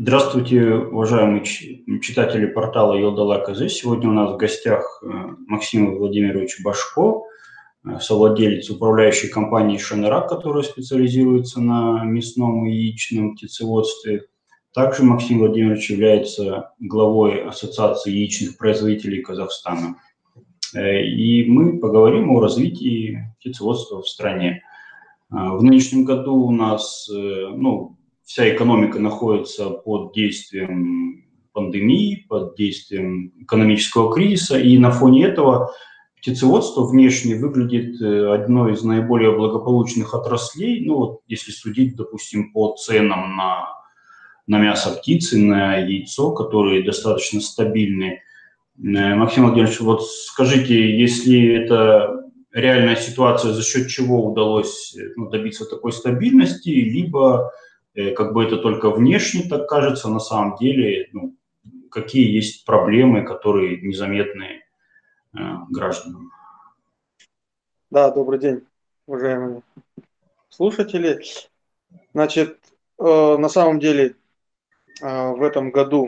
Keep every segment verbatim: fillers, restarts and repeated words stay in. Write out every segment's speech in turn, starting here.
Здравствуйте, уважаемые ч- читатели портала Елдалак.кз. Сегодня у нас в гостях э, Максим Владимирович Башко, э, совладелец управляющей компании «Шанерак», которая специализируется на мясном и яичном птицеводстве. Также Максим Владимирович является главой Ассоциации яичных производителей Казахстана. Э, И мы поговорим о развитии птицеводства в стране. А, В нынешнем году у нас, э, ну, вся экономика находится под действием пандемии, под действием экономического кризиса, и на фоне этого птицеводство внешне выглядит э, одной из наиболее благополучных отраслей, ну, вот если судить, допустим, по ценам на, на мясо птицы, на яйцо, которые достаточно стабильны. Э, Максим Владимирович, вот скажите, если это реальная ситуация, за счет чего удалось э, ну, добиться такой стабильности, либо э, как бы это только внешне так кажется, на самом деле, ну, какие есть проблемы, которые незаметны э, гражданам? Да, добрый день, уважаемые слушатели. Значит, э, на самом деле э, в этом году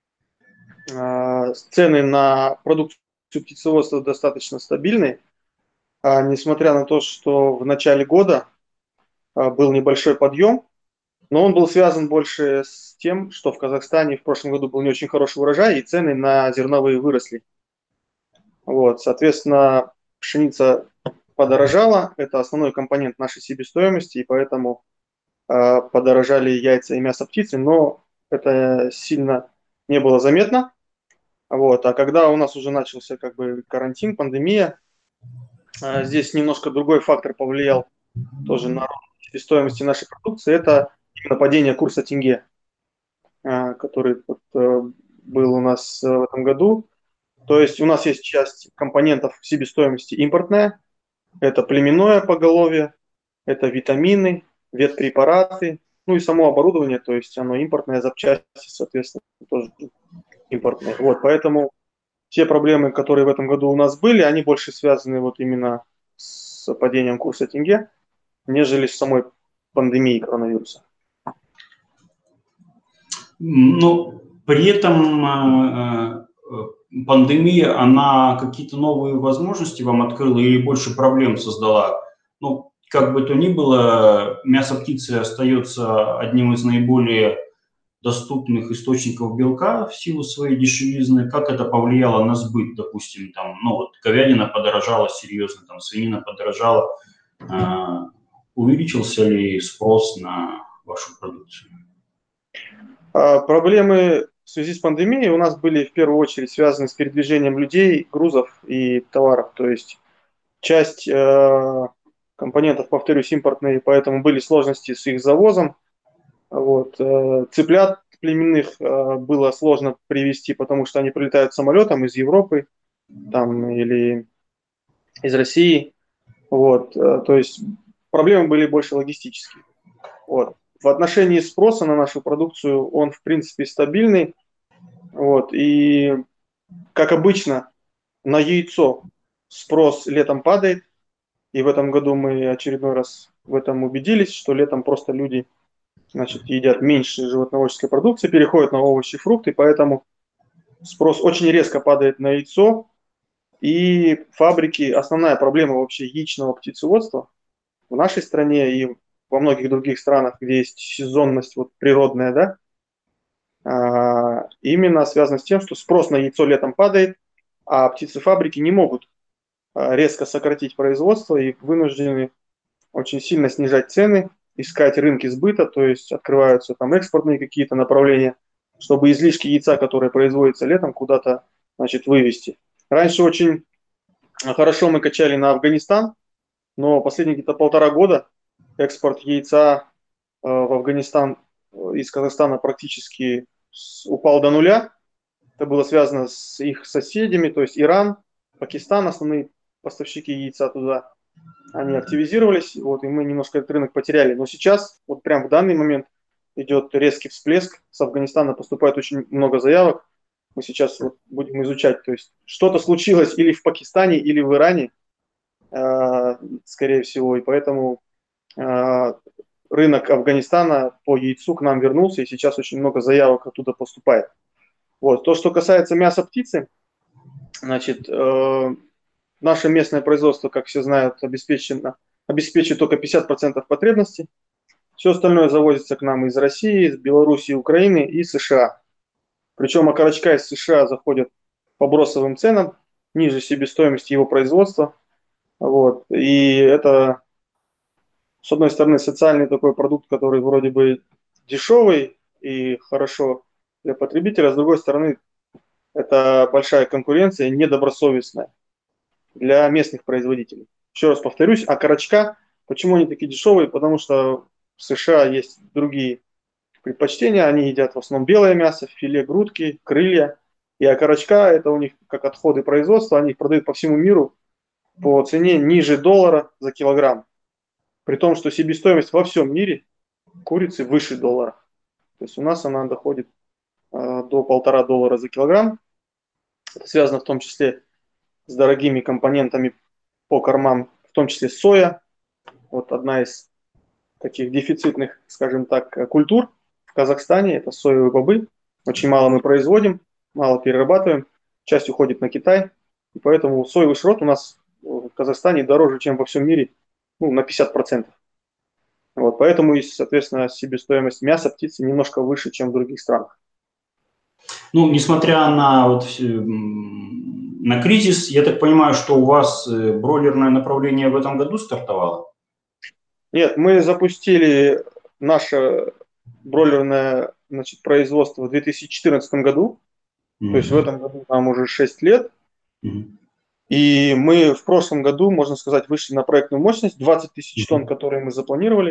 э, цены на продукцию птицеводства достаточно стабильны, а несмотря на то, что в начале года э, был небольшой подъем, но он был связан больше с тем, что в Казахстане в прошлом году был не очень хороший урожай, и цены на зерновые выросли. Вот, соответственно, пшеница подорожала, это основной компонент нашей себестоимости, и поэтому э, подорожали яйца и мясо птицы, но это сильно не было заметно. Вот. А когда у нас уже начался как бы карантин, пандемия, э, здесь немножко другой фактор повлиял тоже на рост стоимости нашей продукции. Это именно падение курса тенге, э, который вот, э, был у нас э, в этом году. То есть у нас есть часть компонентов себестоимости импортная, это племенное поголовье, это витамины, ветпрепараты, ну и само оборудование, то есть оно импортное, запчасти, соответственно, тоже импортные. Вот, поэтому те проблемы, которые в этом году у нас были, они больше связаны вот именно с падением курса тенге, нежели с самой пандемией коронавируса. Но при этом э, э, пандемия, она какие-то новые возможности вам открыла или больше проблем создала? Ну, как бы то ни было, мясо птицы остается одним из наиболее доступных источников белка в силу своей дешевизны. Как это повлияло на сбыт, допустим, там, ну вот говядина подорожала серьезно, там свинина подорожала. Э, увеличился ли спрос на вашу продукцию? А проблемы в связи с пандемией у нас были в первую очередь связаны с передвижением людей, грузов и товаров. То есть часть э, компонентов, повторюсь, импортные, поэтому были сложности с их завозом. Вот. э, Цыплят племенных э, было сложно привезти, потому что они прилетают самолетом из Европы там, или из России. Вот. э, То есть проблемы были больше логистические. Вот. В отношении спроса на нашу продукцию он, в принципе, стабильный. Вот. И, как обычно, на яйцо спрос летом падает. И в этом году мы очередной раз в этом убедились, что летом просто люди, значит, едят меньше животноводческой продукции, переходят на овощи, фрукты, поэтому спрос очень резко падает на яйцо. И фабрики, основная проблема вообще яичного птицеводства в нашей стране и во многих других странах, где есть сезонность вот, природная, да, а, именно связана с тем, что спрос на яйцо летом падает, а птицефабрики не могут а, резко сократить производство и вынуждены очень сильно снижать цены, искать рынки сбыта, то есть открываются там экспортные какие-то направления, чтобы излишки яйца, которые производятся летом, куда-то, значит, вывести. Раньше очень хорошо мы качали на Афганистан, но последние где-то полтора года экспорт яйца э, в Афганистан э, из Казахстана практически с- упал до нуля. Это было связано с их соседями, то есть Иран, Пакистан, основные поставщики яйца туда. Они активизировались, вот, и мы немножко этот рынок потеряли. Но сейчас, вот прям в данный момент, идет резкий всплеск. С Афганистана поступает очень много заявок. Мы сейчас вот будем изучать. То есть что-то случилось или в Пакистане, или в Иране, э, скорее всего. И поэтому э, рынок Афганистана по яйцу к нам вернулся, и сейчас очень много заявок оттуда поступает. Вот. То, что касается мяса птицы, значит, э, наше местное производство, как все знают, обеспечено, обеспечивает только пятьдесят процентов потребностей. Все остальное завозится к нам из России, из Белоруссии, Украины и США. Причем окорочка из США заходят по бросовым ценам, ниже себестоимости его производства. Вот. И это, с одной стороны, социальный такой продукт, который вроде бы дешевый и хорошо для потребителя, а с другой стороны, это большая конкуренция, недобросовестная для местных производителей. Еще раз повторюсь, окорочка, почему они такие дешевые? Потому что в США есть другие предпочтения, они едят в основном белое мясо, филе грудки, крылья. И окорочка, это у них как отходы производства, они их продают по всему миру по цене ниже доллара за килограмм. При том, что себестоимость во всем мире курицы выше доллара. То есть у нас она доходит э, до полтора доллара за килограмм. Это связано в том числе с дорогими компонентами по кормам, в том числе соя. Вот одна из таких дефицитных, скажем так, культур в Казахстане – это соевые бобы. Очень мало мы производим, мало перерабатываем, часть уходит на Китай. И поэтому соевый шрот у нас в Казахстане дороже, чем во всем мире, ну, на пятьдесят процентов. Вот, поэтому, и, соответственно, себестоимость мяса птицы немножко выше, чем в других странах. Ну, несмотря на, вот, на кризис, я так понимаю, что у вас бройлерное направление в этом году стартовало? Нет, мы запустили наше бройлерное, значит, производство в две тысячи четырнадцатом году. Mm-hmm. То есть в этом году нам уже шесть лет. Mm-hmm. И мы в прошлом году, можно сказать, вышли на проектную мощность двадцать тысяч тонн, mm-hmm. которые мы запланировали.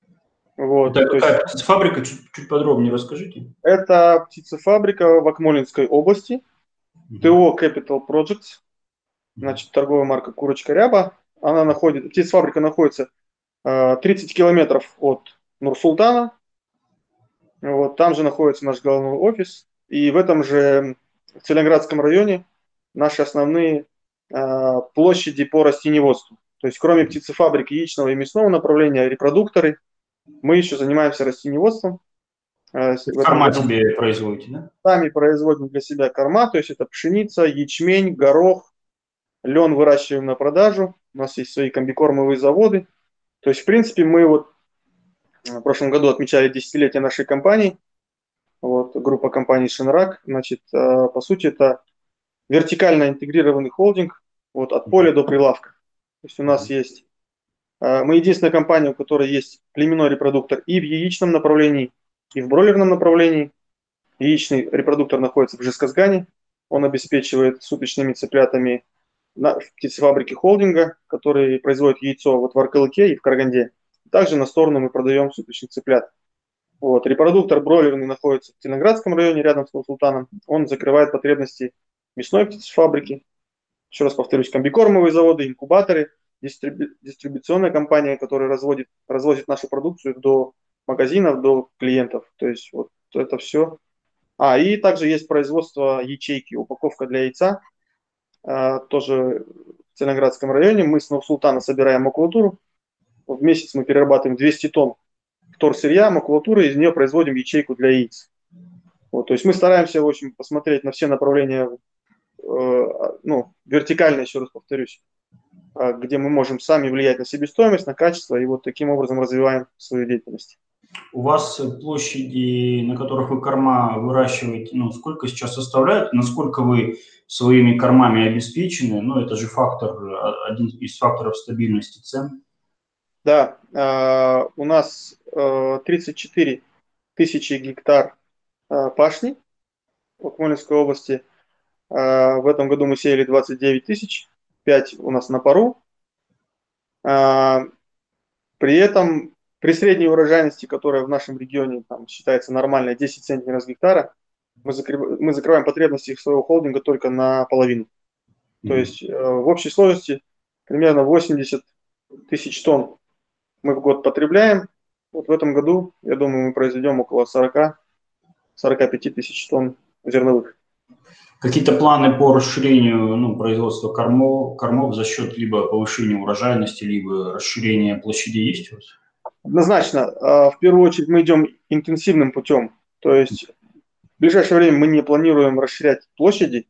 Вот. Это какая птицефабрика? Чуть, чуть подробнее расскажите. Это птицефабрика в Акмолинской области. Mm-hmm. ТО Capital Projects. Значит, торговая марка «Курочка Ряба». Она находится, птицефабрика находится тридцать километров от Нур-Султана. Вот, там же находится наш головной офис. И в этом же в Целинградском районе наши основные э, площади по растениеводству. То есть кроме птицефабрики яичного и мясного направления, репродукторы, мы еще занимаемся растениеводством. Э, корма году. Себе производите, да? Сами производим для себя корма, то есть это пшеница, ячмень, горох, лен выращиваем на продажу. У нас есть свои комбикормовые заводы. То есть, в принципе, мы вот в прошлом году отмечали десятилетие нашей компании. Вот, группа компаний Шенрак. Значит, по сути, это вертикально интегрированный холдинг вот, от поля до прилавка. То есть у нас есть... Мы единственная компания, у которой есть племенной репродуктор и в яичном направлении, и в бройлерном направлении. Яичный репродуктор находится в Жезказгане. Он обеспечивает суточными цыплятами на птицефабрике холдинга, который производит яйцо вот в Аркалыке и в Караганде. Также на сторону мы продаем суточных цыплят. Вот. Репродуктор бройлерный находится в Целинградском районе, рядом с Нур-Султаном. Он закрывает потребности мясной птицефабрики. Еще раз повторюсь, комбикормовые заводы, инкубаторы, дистрибу... дистрибуционная компания, которая разводит, развозит нашу продукцию до магазинов, до клиентов. То есть вот это все. А, и также есть производство ячейки, упаковка для яйца. Тоже в Целинградском районе. Мы с Нур-Султана собираем макулатуру. В месяц мы перерабатываем двести тонн вторсырья, макулатуры, из нее производим ячейку для яиц. Вот, то есть мы стараемся, в общем, посмотреть на все направления, э, ну, вертикально, еще раз повторюсь, где мы можем сами влиять на себестоимость, на качество, и вот таким образом развиваем свою деятельность. У вас площади, на которых вы корма выращиваете, ну, сколько сейчас составляют? Насколько вы своими кормами обеспечены? Ну, это же фактор, один из факторов стабильности цен. Да, э, у нас э, тридцать четыре тысячи гектар э, пашни в Акмолинской области. Э, в этом году мы сеяли двадцать девять тысяч, пять у нас на пару. Э, при этом при средней урожайности, которая в нашем регионе там, считается нормальной, десять центнеров с гектара, мы, закрыв... мы закрываем потребности своего холдинга только наполовину. Mm-hmm. То есть э, в общей сложности примерно восемьдесят тысяч тонн мы в год потребляем. Вот в этом году, я думаю, мы произведем около сорок-сорок пять тысяч тонн зерновых. Какие-то планы по расширению ну, производства кормов, кормов за счет либо повышения урожайности, либо расширения площади есть у вас? Однозначно, в первую очередь мы идем интенсивным путем. То есть в ближайшее время мы не планируем расширять площади,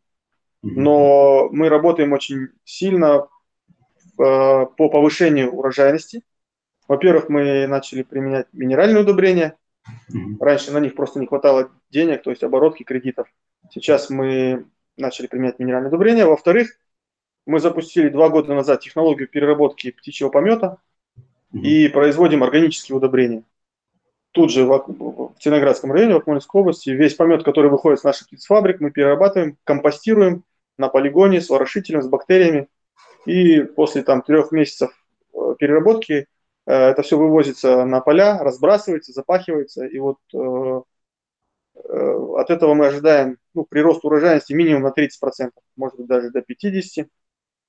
но мы работаем очень сильно по повышению урожайности. Во-первых, мы начали применять минеральные удобрения. Раньше на них просто не хватало денег, то есть оборотки кредитов. Сейчас мы начали применять минеральные удобрения. Во-вторых, мы запустили два года назад технологию переработки птичьего помета и производим органические удобрения. Тут же в, в Целиноградском районе, в Акмолинской области, весь помет, который выходит с наших птицефабрик, мы перерабатываем, компостируем на полигоне с ворошителем, с бактериями. И после там, трех месяцев переработки э, это все вывозится на поля, разбрасывается, запахивается. И вот э, э, от этого мы ожидаем ну, прирост урожайности минимум на тридцать процентов, может быть даже до пятьдесят процентов.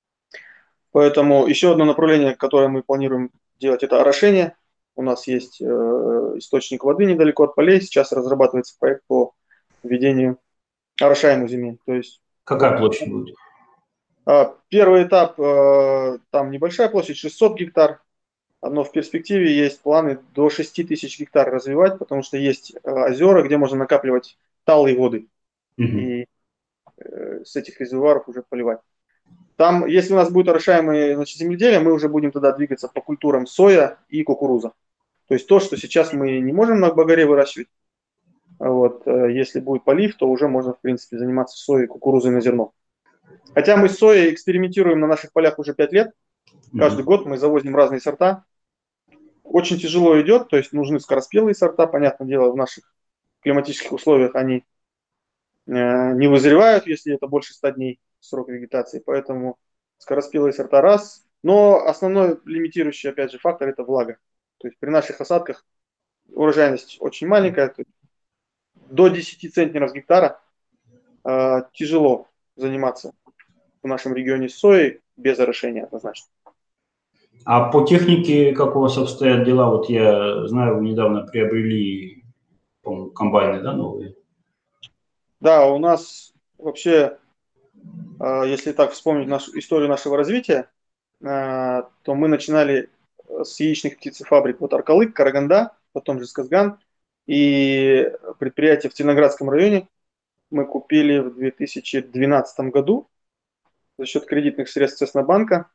Поэтому еще одно направление, которое мы планируем делать, это орошение. У нас есть э, источник воды недалеко от полей. Сейчас разрабатывается проект по введению орошаемых земель. То есть, какая площадь будет? Первый этап, э, там небольшая площадь, шестьсот гектар. Но в перспективе есть планы до шести тысяч гектар развивать, потому что есть э, озера, где можно накапливать талые воды. Mm-hmm. И э, с этих резервуаров уже поливать. Там, если у нас будет орошаемое, значит, земледелие, мы уже будем тогда двигаться по культурам соя и кукуруза. То есть то, что сейчас мы не можем на багаре выращивать, вот, если будет полив, то уже можно, в принципе, заниматься соей и кукурузой на зерно. Хотя мы с соей экспериментируем на наших полях уже пять лет. Каждый mm-hmm. год мы завозим разные сорта. Очень тяжело идет, то есть нужны скороспелые сорта. Понятное дело, в наших климатических условиях они э, не вызревают, если это больше ста дней срок вегетации, поэтому скороспелые сорта раз, но основной лимитирующий, опять же, фактор – это влага. То есть при наших осадках урожайность очень маленькая, то есть до десяти центнеров с гектара э, тяжело заниматься в нашем регионе соей без орошения однозначно. А по технике как у вас обстоят дела? Вот я знаю, вы недавно приобрели, по-моему, комбайны, да, новые? Да, у нас вообще, если так вспомнить нашу историю нашего развития, то мы начинали с яичных птицефабрик. Вот Аркалык, Караганда, потом же Сказган. И предприятие в Целиноградском районе мы купили в две тысячи двенадцатом году за счет кредитных средств Цеснобанка.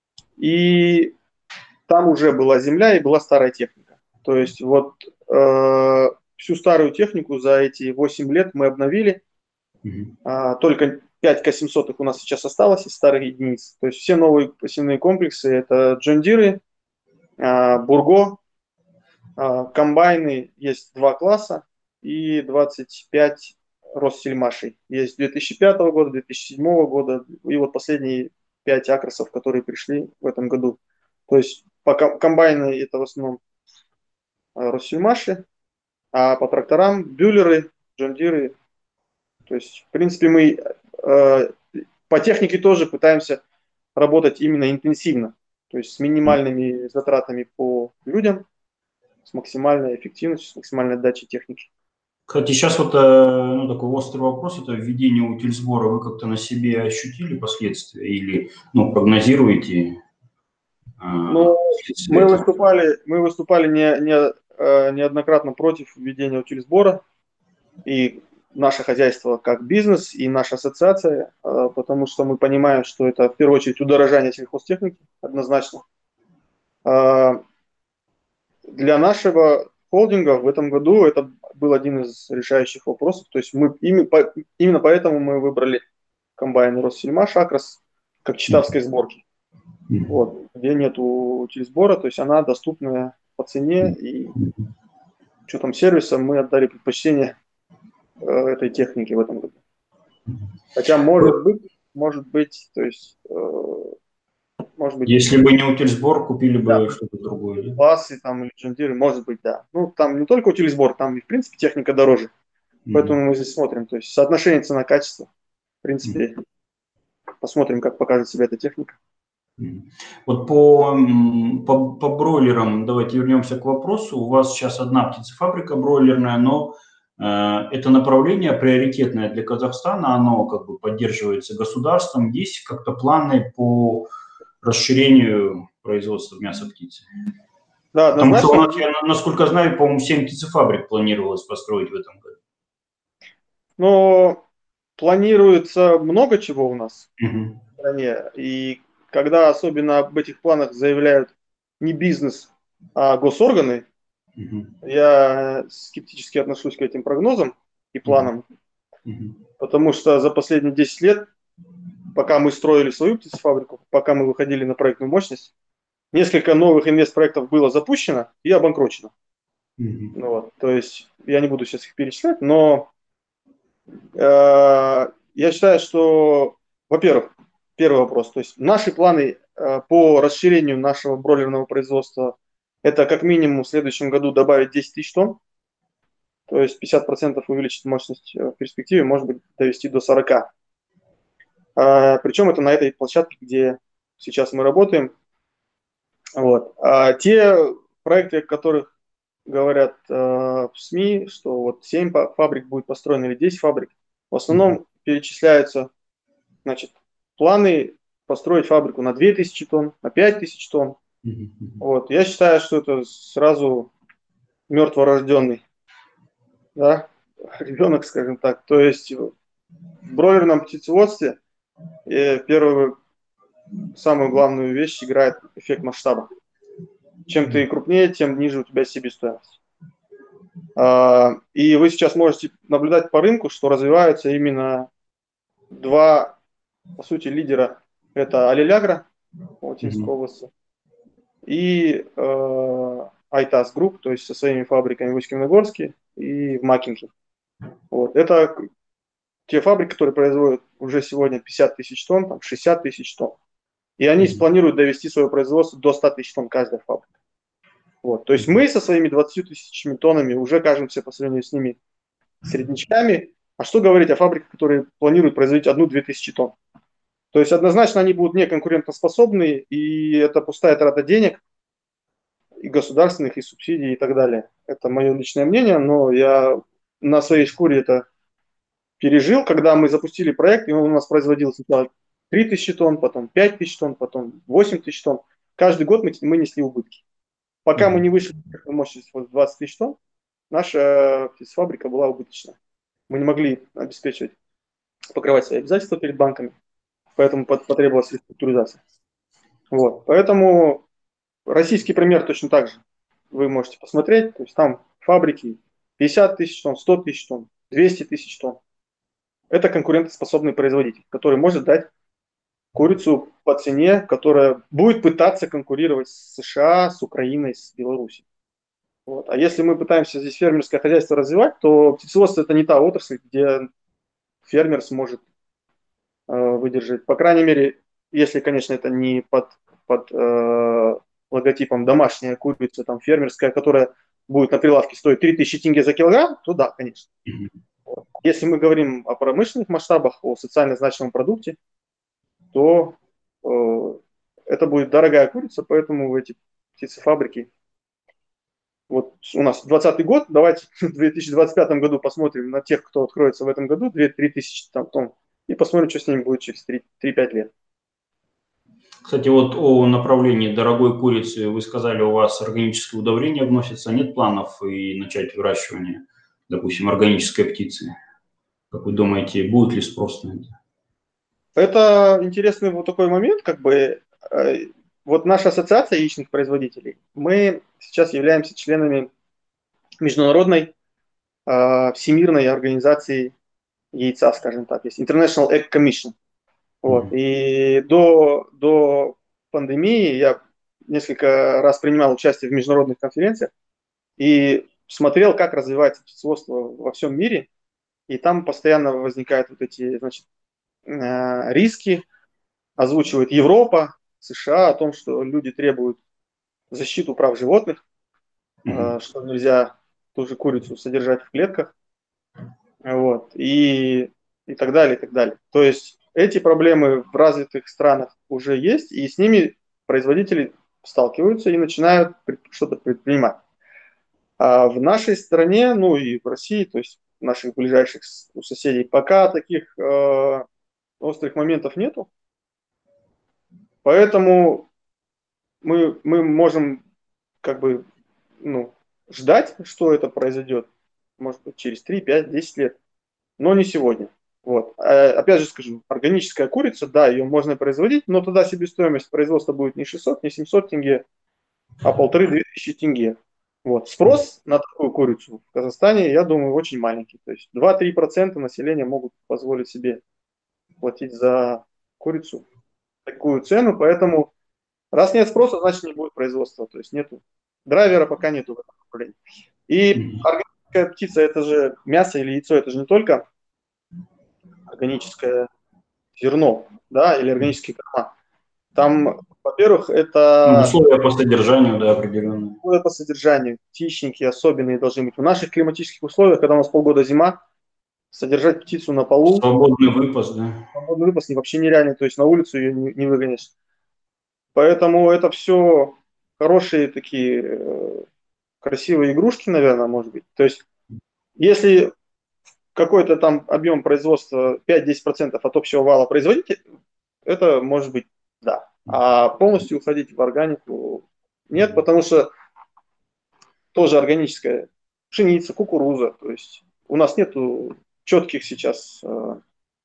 И там уже была земля и была старая техника. То есть вот э, всю старую технику за эти восемь лет мы обновили. Mm-hmm. А, только пять ка семьсот у нас сейчас осталось из старых единиц. То есть все новые посевные комплексы – это John Deere, а, Бурго, а, комбайны есть два класса и двадцать пять Россельмашей. Есть две тысячи пятого года, две тысячи седьмого года и вот последние пять акросов, которые пришли в этом году. То есть по комбайны это в основном Россельмаши, а по тракторам Бюллеры, John Deere. То есть, в принципе, мы э, по технике тоже пытаемся работать именно интенсивно, то есть с минимальными затратами по людям, с максимальной эффективностью, с максимальной отдачей техники. Кстати, сейчас вот ну, такой острый вопрос, это введение утильсбора. Вы как-то на себе ощутили последствия или ну, прогнозируете? Ну, мы выступали, мы выступали не, не, неоднократно против введения утильсбора, и наше хозяйство как бизнес и наша ассоциация, потому что мы понимаем, что это в первую очередь удорожание сельхозтехники, однозначно. Для нашего холдинга в этом году это был один из решающих вопросов. То есть мы, именно поэтому мы выбрали комбайн Россельмаш Акрос как читавской сборки. Вот, где нету утильсбора, то есть она доступная по цене, и с учетом сервиса мы отдали предпочтение э, этой технике в этом году. Хотя может быть, может быть, то есть, э, может быть. Если бы не утильсбор, купили бы да, что-то другое. Да? Классы там или John Deere, может быть, да. Ну, там не только утильсбор, там и в принципе техника дороже. Mm-hmm. Поэтому мы здесь смотрим, то есть соотношение цена-качество. В принципе, mm-hmm. посмотрим, как покажет себя эта техника. Вот по, по, по бройлерам, давайте вернемся к вопросу. У вас сейчас одна птицефабрика бройлерная, но э, это направление приоритетное для Казахстана, оно как бы поддерживается государством. Есть как-то планы по расширению производства мяса птицы? Да, Потому что у однозначно. нас, я, насколько знаю, по-моему, семь птицефабрик планировалось построить в этом году. Но планируется много чего у нас Угу. в стране. И когда особенно об этих планах заявляют не бизнес, а госорганы, Угу. я скептически отношусь к этим прогнозам и Угу. планам, Угу. потому что за последние десять лет, пока мы строили свою птицефабрику, пока мы выходили на проектную мощность, несколько новых инвестпроектов было запущено и обанкрочено. Угу. Ну, вот, то есть я не буду сейчас их перечислять, но э, я считаю, что, во-первых, первый вопрос, то есть наши планы э, по расширению нашего бройлерного производства, это как минимум в следующем году добавить десять тысяч тонн, то есть пятьдесят процентов увеличить мощность в перспективе, может быть, довести до сорока. А, причем это на этой площадке, где сейчас мы работаем. Вот. А те проекты, о которых говорят э, в СМИ, что вот семь фабрик будет построено или десять фабрик, в основном перечисляются, значит, планы построить фабрику на две тысячи тонн, на пять тысяч тонн. Вот. Я считаю, что это сразу мертворожденный, да, ребенок, скажем так. То есть в бройлерном птицеводстве э, первую, самую главную вещь играет эффект масштаба. Чем ты крупнее, тем ниже у тебя себестоимость. И вы сейчас можете наблюдать по рынку, что развиваются именно два, по сути, лидера. Это Алилягра, Алтинской области, и э, Айтас Групп, то есть со своими фабриками в Усть-Каменогорске и в Макинке. Вот. Это те фабрики, которые производят уже сегодня пятьдесят тысяч тонн, там шестьдесят тысяч тонн. И они планируют довести свое производство до ста тысяч тонн каждая фабрика. Вот. То есть мы со своими двадцатью тысячами тоннами уже кажемся по сравнению с ними среднячками. А что говорить о фабриках, которые планируют производить одну-две тысячи тонн? То есть однозначно они будут неконкурентоспособны, и это пустая трата денег, и государственных, и субсидий, и так далее. Это мое личное мнение, но я на своей шкуре это пережил, когда мы запустили проект, и он у нас производил сначала три тысячи тонн, потом пять тысяч тонн, потом восемь тысяч тонн. Каждый год мы, мы несли убытки. Пока мы не вышли на мощность в двадцать тысяч тонн, наша фабрика была убыточна. Мы не могли обеспечивать, покрывать свои обязательства перед банками, поэтому потребовалась реструктуризация. Вот. Поэтому российский пример точно так же вы можете посмотреть. То есть там фабрики пятьдесят тысяч тонн, сто тысяч тонн, двести тысяч тонн. Это конкурентоспособный производитель, который может дать курицу по цене, которая будет пытаться конкурировать с США, с Украиной, с Беларусью. Вот. А если мы пытаемся здесь фермерское хозяйство развивать, то птицеводство это не та отрасль, где фермер сможет э, выдержать. По крайней мере, если, конечно, это не под, под э, логотипом домашняя курица, там фермерская, которая будет на прилавке стоить три тысячи тенге за килограмм, то да, конечно. Если мы говорим о промышленных масштабах, о социально значимом продукте, то э, это будет дорогая курица, поэтому эти птицефабрики. Вот у нас двадцатый год, давайте в две тысячи двадцать пятом году посмотрим на тех, кто откроется в этом году, две-три тысячи там, тонн, и посмотрим, что с ними будет через три-пять лет. Кстати, вот о направлении дорогой курицы вы сказали, у вас органическое удобрение вносится, нет планов и начать выращивание, допустим, органической птицы? Как вы думаете, будет ли спрос на это? Это интересный вот такой момент, как бы, э, вот наша ассоциация яичных производителей, мы сейчас являемся членами международной э, всемирной организации яйца, скажем так, есть International Egg Commission. Вот. Mm-hmm. И до, до пандемии я несколько раз принимал участие в международных конференциях и смотрел, как развивается птицеводство во всем мире. И там постоянно возникают вот эти, значит, э, риски, озвучивает Европа, США о том, что люди требуют защиту прав животных, Mm-hmm. что нельзя ту же курицу содержать в клетках, вот, и, и так далее, и так далее. То есть эти проблемы в развитых странах уже есть, и с ними производители сталкиваются и начинают что-то предпринимать. А в нашей стране, ну и в России, то есть наших ближайших соседей, пока таких э, острых моментов нету. Поэтому мы, мы можем как бы, ну, ждать, что это произойдет, может быть, через три, пять, десять лет, но не сегодня. Вот. А, опять же скажу, органическая курица, да, ее можно производить, но тогда себестоимость производства будет не шестьсот, не семьсот тенге, а полторы-две тысячи тенге. Вот. Спрос на такую курицу в Казахстане, я думаю, очень маленький. То есть два-три процента населения могут позволить себе платить за курицу такую цену, поэтому раз нет спроса, значит не будет производства, то есть нету драйвера, пока нету в этом направлении. И органическая птица, это же мясо или яйцо, это же не только органическое зерно, да, или органические корма. Там, во-первых, Ну, это условия по содержанию, да, определенные. условия по содержанию, птичники особенные должны быть. В наших климатических условиях, когда у нас полгода зима, содержать птицу на полу, Свободный выпас, да. свободный выпас вообще нереально, то есть на улицу ее не, не выгонишь. Поэтому это все хорошие такие э, красивые игрушки, наверное, может быть. То есть если какой-то там объем производства пять-десять процентов от общего вала производить, это может быть да. А полностью уходить в органику нет, потому что тоже органическая пшеница, кукуруза. То есть у нас нету четких сейчас э,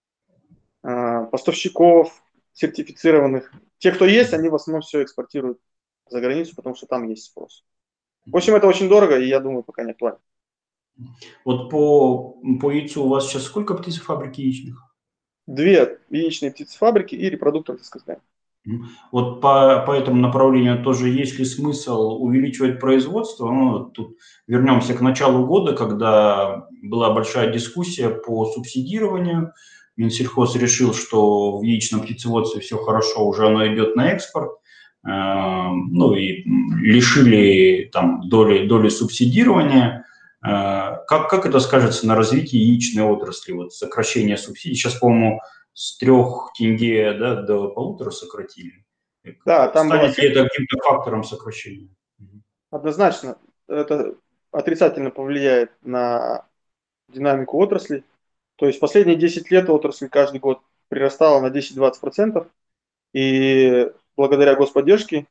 э, поставщиков, сертифицированных. Те, кто есть, они в основном все экспортируют за границу, потому что там есть спрос. В общем, это очень дорого, и я думаю, пока не актуально. Вот по, по яйцу у вас сейчас сколько птицефабрик яичных? Две яичные птицефабрики и репродуктор, так сказать. Вот по, по этому направлению тоже есть ли смысл увеличивать производство? Ну, тут вернемся к началу года, когда была большая дискуссия по субсидированию. Минсельхоз решил, что в яичном птицеводстве все хорошо, уже оно идет на экспорт. Ну и лишили там доли, доли субсидирования. Как, как это скажется на развитии яичной отрасли? Вот сокращение субсидий. Сейчас, по-моему, с трех тенге, да, до полутора сократили. Да, там было Станет ли это каким-то фактором сокращения? однозначно. Это отрицательно повлияет на динамику отрасли. То есть последние десять лет отрасль каждый год прирастала на десять-двадцать процентов. И благодаря господдержке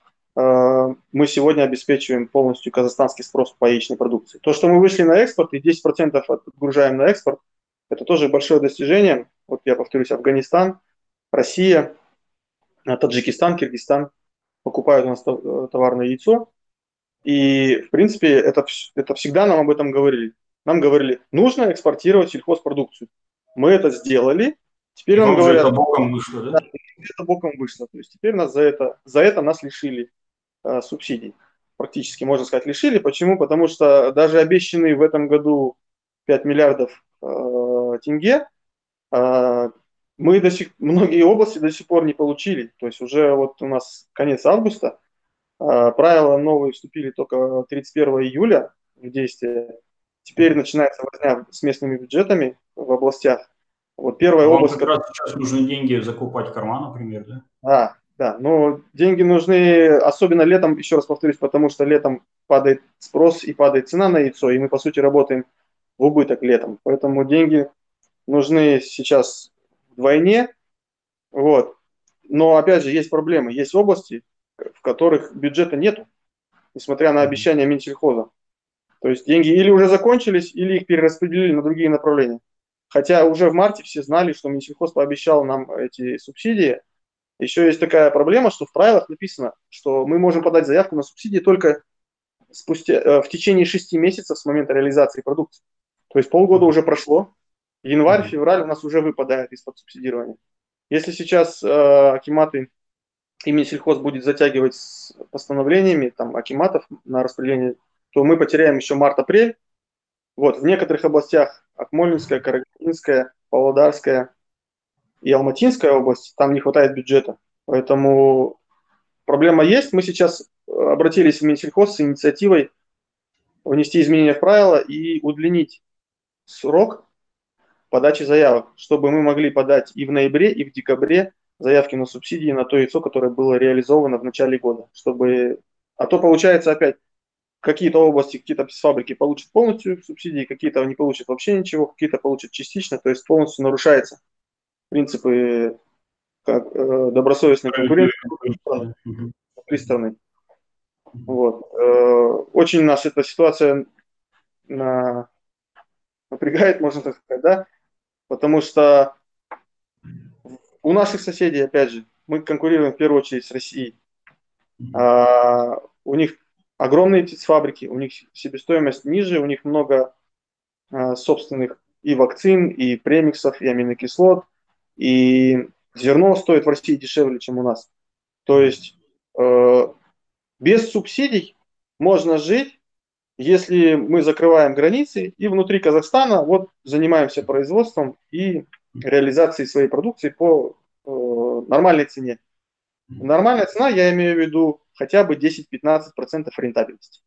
э, мы сегодня обеспечиваем полностью казахстанский спрос по яичной продукции. То, что мы вышли на экспорт и десять процентов отгружаем на экспорт, это тоже большое достижение. Вот я повторюсь, Афганистан, Россия, Таджикистан, Киргизстан покупают у нас товарное яйцо. И, в принципе, это, это всегда нам об этом говорили. Нам говорили, нужно экспортировать сельхозпродукцию. Мы это сделали. Теперь И нам вам же говорят, это боком вышло, да, да? это боком вышло. То есть теперь нас за это, за это нас лишили э, субсидий. Практически, можно сказать, лишили. Почему? Потому что даже обещанные в этом году пять миллиардов э, тенге э, мы до сих, многие области до сих пор не получили. То есть уже вот у нас конец августа, правила новые вступили только тридцать первого июля в действие. Теперь начинается возня с местными бюджетами в областях. Вот первая Вам область, как раз сейчас нужны деньги закупать корма, например, да? да, да, но деньги нужны, особенно летом, еще раз повторюсь, потому что летом падает спрос и падает цена на яйцо, и мы, по сути, работаем в убыток летом. Поэтому деньги нужны сейчас вдвойне. Вот. Но, опять же, есть проблемы. Есть области, в которых бюджета нету, несмотря на обещания Минсельхоза. То есть деньги или уже закончились, или их перераспределили на другие направления. Хотя уже в марте все знали, что Минсельхоз пообещал нам эти субсидии. Еще есть такая проблема, что в правилах написано, что мы можем подать заявку на субсидии только спустя, в течение шести месяцев с момента реализации продукции. То есть полгода уже прошло, январь, февраль у нас уже выпадает из-под субсидирования. Если сейчас э, акиматы и Минсельхоз будет затягивать с постановлениями там, акиматов на распределение, то мы потеряем еще март-апрель. Вот, в некоторых областях Акмолинская, Карагандинская, Павлодарская и Алматинская область, там не хватает бюджета. Поэтому проблема есть. Мы сейчас обратились в Минсельхоз с инициативой внести изменения в правила и удлинить срок подачи заявок, чтобы мы могли подать и в ноябре, и в декабре заявки на субсидии на то яйцо, которое было реализовано в начале года. Чтобы... А то получается опять, какие-то области, какие-то фабрики получат полностью субсидии, какие-то не получат вообще ничего, какие-то получат частично, то есть полностью нарушаются принципы как, э, добросовестной конкуренции с одной стороны. Вот. Э, Очень нас эта ситуация на- напрягает, можно так сказать, да, потому что у наших соседей, опять же, мы конкурируем в первую очередь с Россией. А, у них огромные птицефабрики, у них себестоимость ниже, у них много а, собственных и вакцин, и премиксов, и аминокислот, и зерно стоит в России дешевле, чем у нас. То есть э, без субсидий можно жить, если мы закрываем границы и внутри Казахстана вот занимаемся производством и реализацией своей продукции по э, нормальной цене. Нормальная цена, я имею в виду хотя бы десять-пятнадцать процентов рентабельности.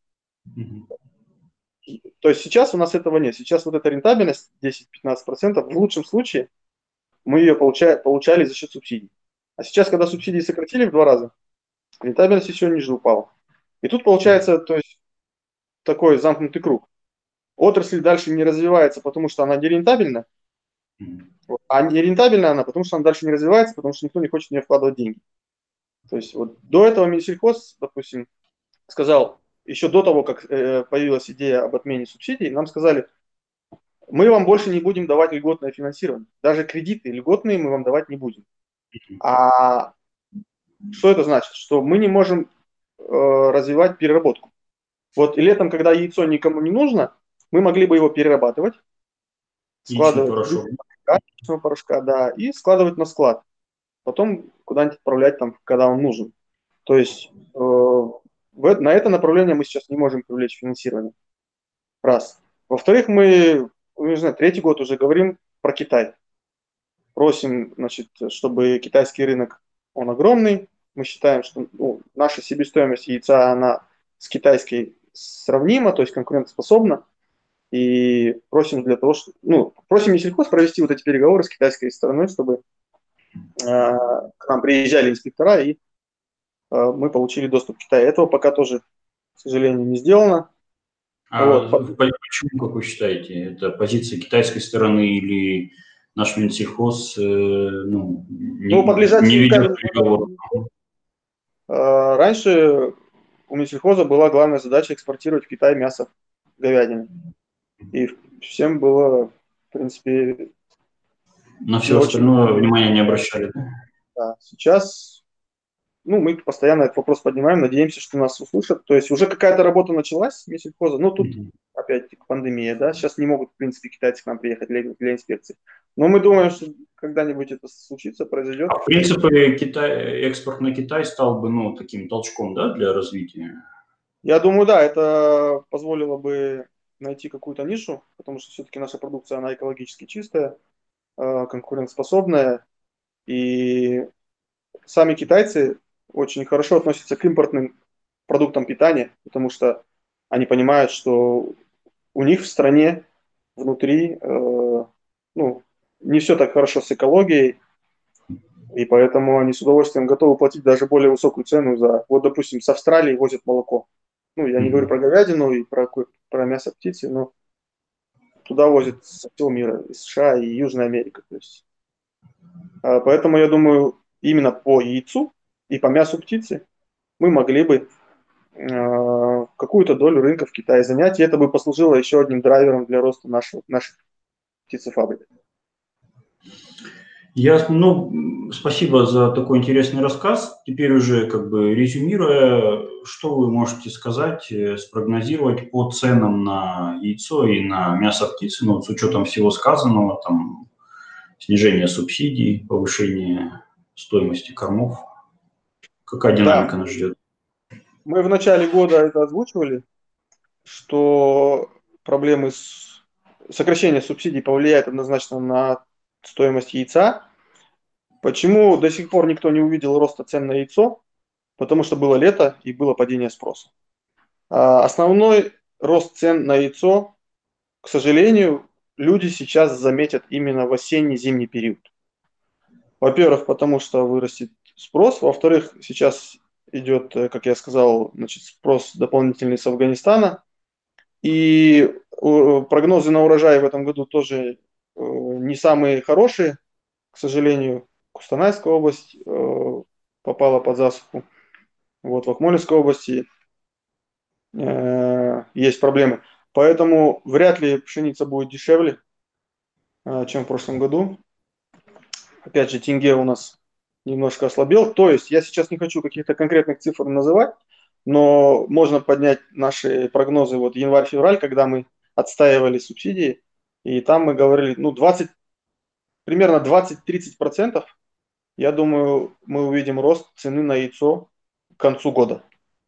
То есть сейчас у нас этого нет. Сейчас вот эта рентабельность десять-пятнадцать процентов, в лучшем случае мы ее получали, получали за счет субсидий. А сейчас, когда субсидии сократили в два раза, рентабельность еще ниже упала. И тут получается, то есть, такой замкнутый круг. Отрасль дальше не развивается, потому что она нерентабельна, а нерентабельна она, потому что она дальше не развивается, потому что никто не хочет в нее вкладывать деньги. То есть вот до этого Минсельхоз, допустим, сказал, еще до того, как э, появилась идея об отмене субсидий, нам сказали, мы вам больше не будем давать льготное финансирование. Даже кредиты льготные мы вам давать не будем. А что это значит? Что мы не можем э, развивать переработку. Вот и летом, когда яйцо никому не нужно, мы могли бы его перерабатывать, Яичный складывать в порошок. яичного порошка, да, и складывать на склад. Потом куда-нибудь отправлять там, когда он нужен. То есть э, в, на это направление мы сейчас не можем привлечь финансирование. Раз. Во-вторых, мы, не знаю, третий год уже говорим про Китай. Просим, значит, чтобы китайский рынок, он огромный. Мы считаем, что ну, наша себестоимость яйца, она с китайской сравнима, то есть конкурентоспособна. И просим для того, что, ну, просим Минсельхоз провести вот эти переговоры с китайской стороной, чтобы э, к нам приезжали инспектора и э, мы получили доступ к Китаю. Этого пока тоже, к сожалению, не сделано. А Вот. почему, как вы считаете, это позиция китайской стороны или наш Минсельхоз э, ну, Ну, не, не подлежащие ведет камень. переговоров? Раньше у Минсельхоза была главная задача экспортировать в Китай мясо говядины. И всем было, в принципе, На не все очень. остальное внимание не обращали. Да? Да. Сейчас, ну, мы постоянно этот вопрос поднимаем, надеемся, что нас услышат. То есть уже какая-то работа началась с Минсельхоза, но тут опять пандемия, да, сейчас не могут, в принципе, китайцы к нам приехать для, для инспекции. Но мы думаем, что когда-нибудь это случится, произойдет. В принципе, Китай, экспорт на Китай стал бы ну, таким толчком, да, для развития. Я думаю, да, это позволило бы найти какую-то нишу, потому что все-таки наша продукция, она экологически чистая, э, конкурентоспособная, и сами китайцы очень хорошо относятся к импортным продуктам питания, потому что они понимают, что у них в стране внутри э, ну, не все так хорошо с экологией, и поэтому они с удовольствием готовы платить даже более высокую цену за... Вот, допустим, с Австралии возят молоко. Ну, я не говорю про говядину и про, про мясо птицы, но туда возят со всего мира, из США и Южной Америки. То есть. А, поэтому я думаю, именно по яйцу и по мясу птицы мы могли бы э, какую-то долю рынка в Китае занять, и это бы послужило еще одним драйвером для роста нашего, наших птицефабрик. Я, ну, спасибо за такой интересный рассказ. Теперь уже как бы резюмируя, что вы можете сказать, э, спрогнозировать по ценам на яйцо и на мясо птицы, ну, с учетом всего сказанного, там, снижение субсидий, повышение стоимости кормов. Какая Да, динамика нас ждет? мы в начале года это озвучивали, что проблемы с сокращение субсидий повлияет однозначно на стоимость яйца. Почему до сих пор никто не увидел роста цен на яйцо? Потому что было лето и было падение спроса. А основной рост цен на яйцо, к сожалению, люди сейчас заметят именно в осенне-зимний период. Во-первых, потому что вырастет спрос. Во-вторых, сейчас идет, как я сказал, значит, спрос дополнительный с Афганистана. И прогнозы на урожай в этом году тоже не самые хорошие. К сожалению, Кустанайская область попала под засуху. Вот, в Акмолинской области э, есть проблемы. Поэтому вряд ли пшеница будет дешевле, э, чем в прошлом году. Опять же, тенге у нас немножко ослабел. То есть я сейчас не хочу каких-то конкретных цифр называть, но можно поднять наши прогнозы вот январь-февраль, когда мы отстаивали субсидии, и там мы говорили, ну, двадцать, примерно двадцать-тридцать процентов, я думаю, мы увидим рост цены на яйцо к концу года.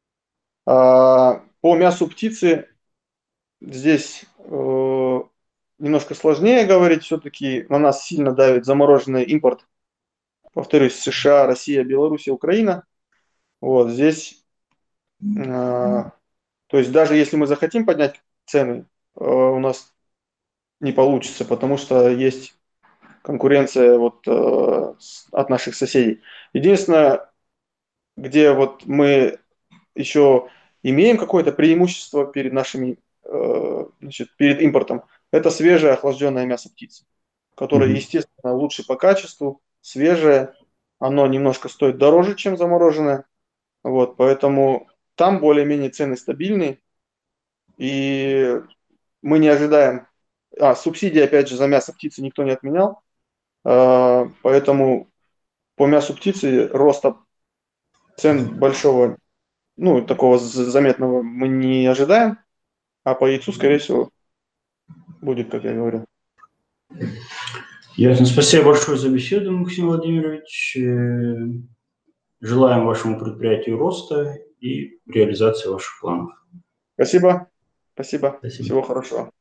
А по мясу птицы здесь э, немножко сложнее говорить, все-таки на нас сильно давит замороженный импорт. Повторюсь, США, Россия, Белоруссия, Украина. Вот здесь, э, то есть даже если мы захотим поднять цены, э, у нас не получится, потому что есть конкуренция вот, э, с- от наших соседей. Единственное, где вот мы еще имеем какое-то преимущество перед нашими, э, значит, перед импортом, это свежее охлажденное мясо птицы, которое, Мгм. естественно, лучше по качеству, свежее, оно немножко стоит дороже, чем замороженное, вот, поэтому там более-менее цены стабильные, и мы не ожидаем, а, субсидии, опять же, за мясо птицы никто не отменял, э, поэтому по мясу птицы роста цен большого, ну, такого заметного мы не ожидаем, а по яйцу, скорее всего, будет, как я говорил. Ясно. Спасибо большое за беседу, Максим Владимирович. Э, Желаем вашему предприятию роста и реализации ваших планов. Спасибо. Спасибо. Спасибо. Всего хорошего.